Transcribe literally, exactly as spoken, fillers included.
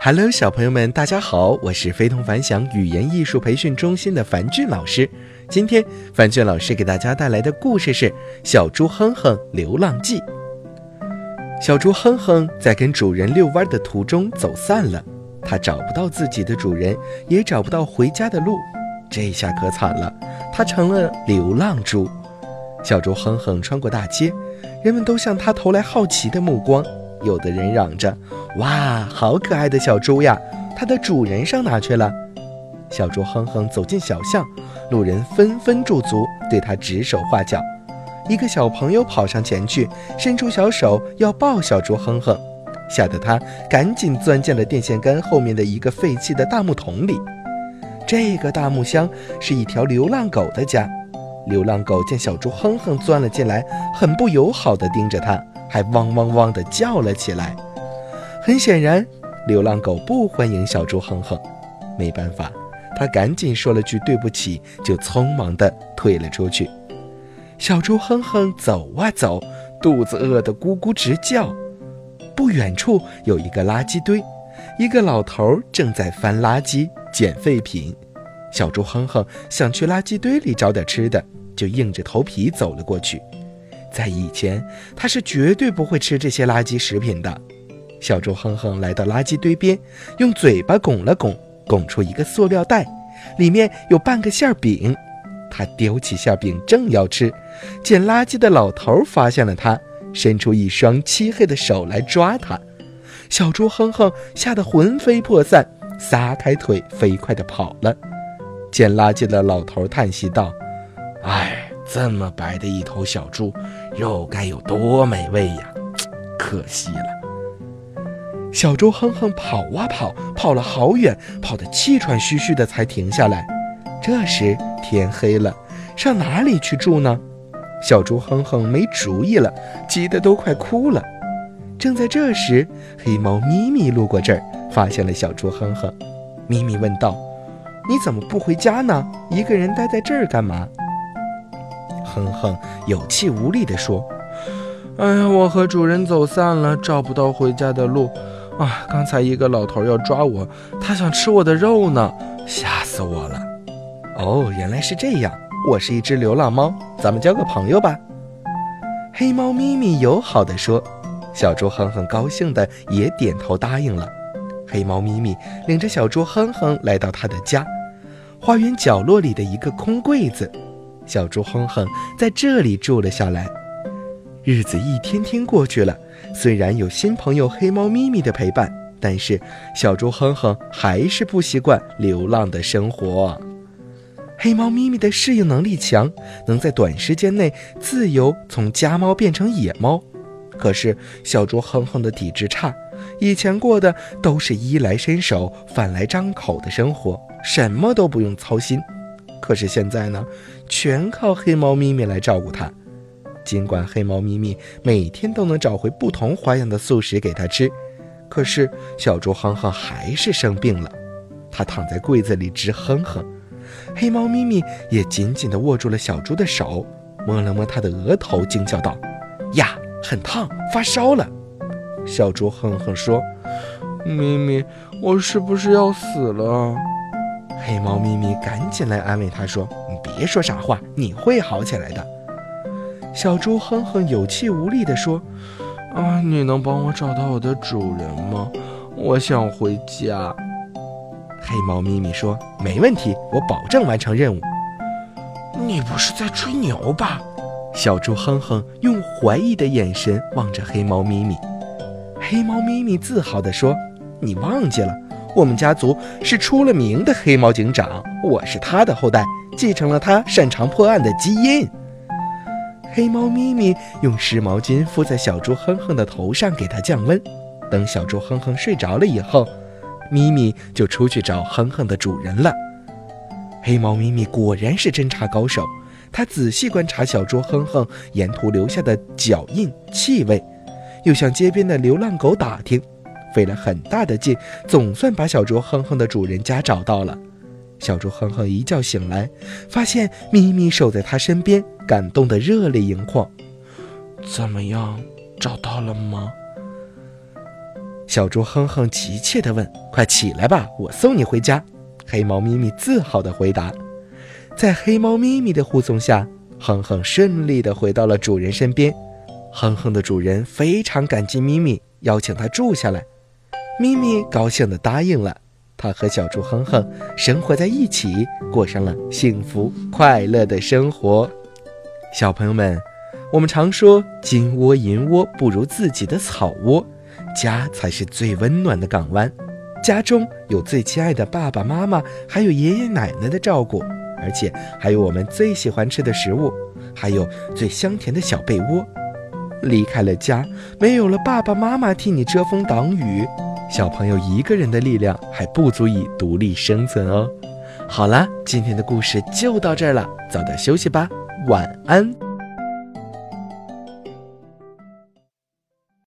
Hello， 小朋友们，大家好，我是非同凡响语言艺术培训中心的樊俊老师。今天樊俊老师给大家带来的故事是《小猪哼哼流浪记》。小猪哼哼在跟主人遛弯的途中走散了，他找不到自己的主人，也找不到回家的路，这下可惨了，他成了流浪猪。小猪哼哼穿过大街，人们都向他投来好奇的目光，有的人嚷着：哇，好可爱的小猪呀，它的主人上哪去了？小猪哼哼走进小巷，路人纷纷驻足，对他指手画脚。一个小朋友跑上前去，伸出小手要抱小猪哼哼，吓得他赶紧钻进了电线杆后面的一个废弃的大木桶里。这个大木箱是一条流浪狗的家，流浪狗见小猪哼哼钻了进来，很不友好地盯着他，还汪汪汪地叫了起来。很显然，流浪狗不欢迎小猪哼哼，没办法，他赶紧说了句对不起，就匆忙地退了出去。小猪哼哼走啊走，肚子饿得咕咕直叫。不远处有一个垃圾堆，一个老头正在翻垃圾捡废品。小猪哼哼想去垃圾堆里找点吃的，就硬着头皮走了过去。在以前，他是绝对不会吃这些垃圾食品的。小猪哼哼来到垃圾堆边，用嘴巴拱了拱，拱出一个塑料袋，里面有半个馅饼。他丢起馅饼正要吃，捡垃圾的老头发现了他，伸出一双漆黑的手来抓他。小猪哼哼吓得魂飞魄散，撒开腿飞快地跑了。捡垃圾的老头叹息道：哎，这么白的一头小猪，肉该有多美味呀，可惜了。小猪哼哼跑啊跑，跑了好远，跑得气喘吁吁的才停下来。这时天黑了，上哪里去住呢？小猪哼哼没主意了，急得都快哭了。正在这时，黑猫咪咪路过这儿，发现了小猪哼哼。咪咪问道：你怎么不回家呢？一个人待在这儿干嘛？哼哼有气无力地说：哎呀，我和主人走散了，找不到回家的路啊！刚才一个老头要抓我，他想吃我的肉呢，吓死我了。哦，原来是这样，我是一只流浪猫，咱们交个朋友吧。黑猫咪咪友好地说。小猪哼哼高兴的也点头答应了。黑猫咪咪领着小猪哼哼来到他的家，花园角落里的一个空柜子，小猪哼哼在这里住了下来。日子一天天过去了，虽然有新朋友黑猫咪咪的陪伴，但是小猪哼哼还是不习惯流浪的生活。黑猫咪咪的适应能力强，能在短时间内自由从家猫变成野猫。可是小猪哼哼的体质差，以前过的都是衣来伸手饭来张口的生活，什么都不用操心。可是现在呢，全靠黑猫咪咪来照顾它。尽管黑猫咪咪每天都能找回不同花样的素食给它吃，可是小猪哼哼还是生病了。它躺在柜子里直哼哼，黑猫咪咪也紧紧地握住了小猪的手，摸了摸它的额头，惊叫道：呀，很烫，发烧了。小猪哼哼说：咪咪，我是不是要死了？黑猫咪咪赶紧来安慰他说：你别说傻话，你会好起来的。小猪哼哼有气无力地说：啊，你能帮我找到我的主人吗？我想回家。黑猫咪咪说：没问题，我保证完成任务。你不是在吹牛吧？小猪哼哼用怀疑的眼神望着黑猫咪咪。黑猫咪咪自豪地说：你忘记了，我们家族是出了名的黑猫警长，我是他的后代，继承了他擅长破案的基因。黑猫咪咪用湿毛巾敷在小猪哼哼的头上，给它降温。等小猪哼哼睡着了以后，咪咪就出去找哼哼的主人了。黑猫咪咪果然是侦查高手，他仔细观察小猪哼哼沿途留下的脚印气味，又向街边的流浪狗打听，费了很大的劲，总算把小猪哼哼的主人家找到了。小猪哼哼一觉醒来，发现咪咪守在他身边，感动得热泪盈眶。怎么样，找到了吗？ 小猪哼哼急切地问：快起来吧，我送你回家。黑猫咪咪自豪地回答。在黑猫咪咪的护送下，哼哼顺利地回到了主人身边。哼哼的主人非常感激咪咪，邀请他住下来。咪咪高兴地答应了，他和小猪哼哼生活在一起，过上了幸福快乐的生活。小朋友们，我们常说金窝银窝不如自己的草窝，家才是最温暖的港湾。家中有最亲爱的爸爸妈妈，还有爷爷奶奶的照顾，而且还有我们最喜欢吃的食物，还有最香甜的小被窝。离开了家，没有了爸爸妈妈替你遮风挡雨，小朋友一个人的力量还不足以独立生存哦。好啦，今天的故事就到这儿了，早点休息吧，晚安。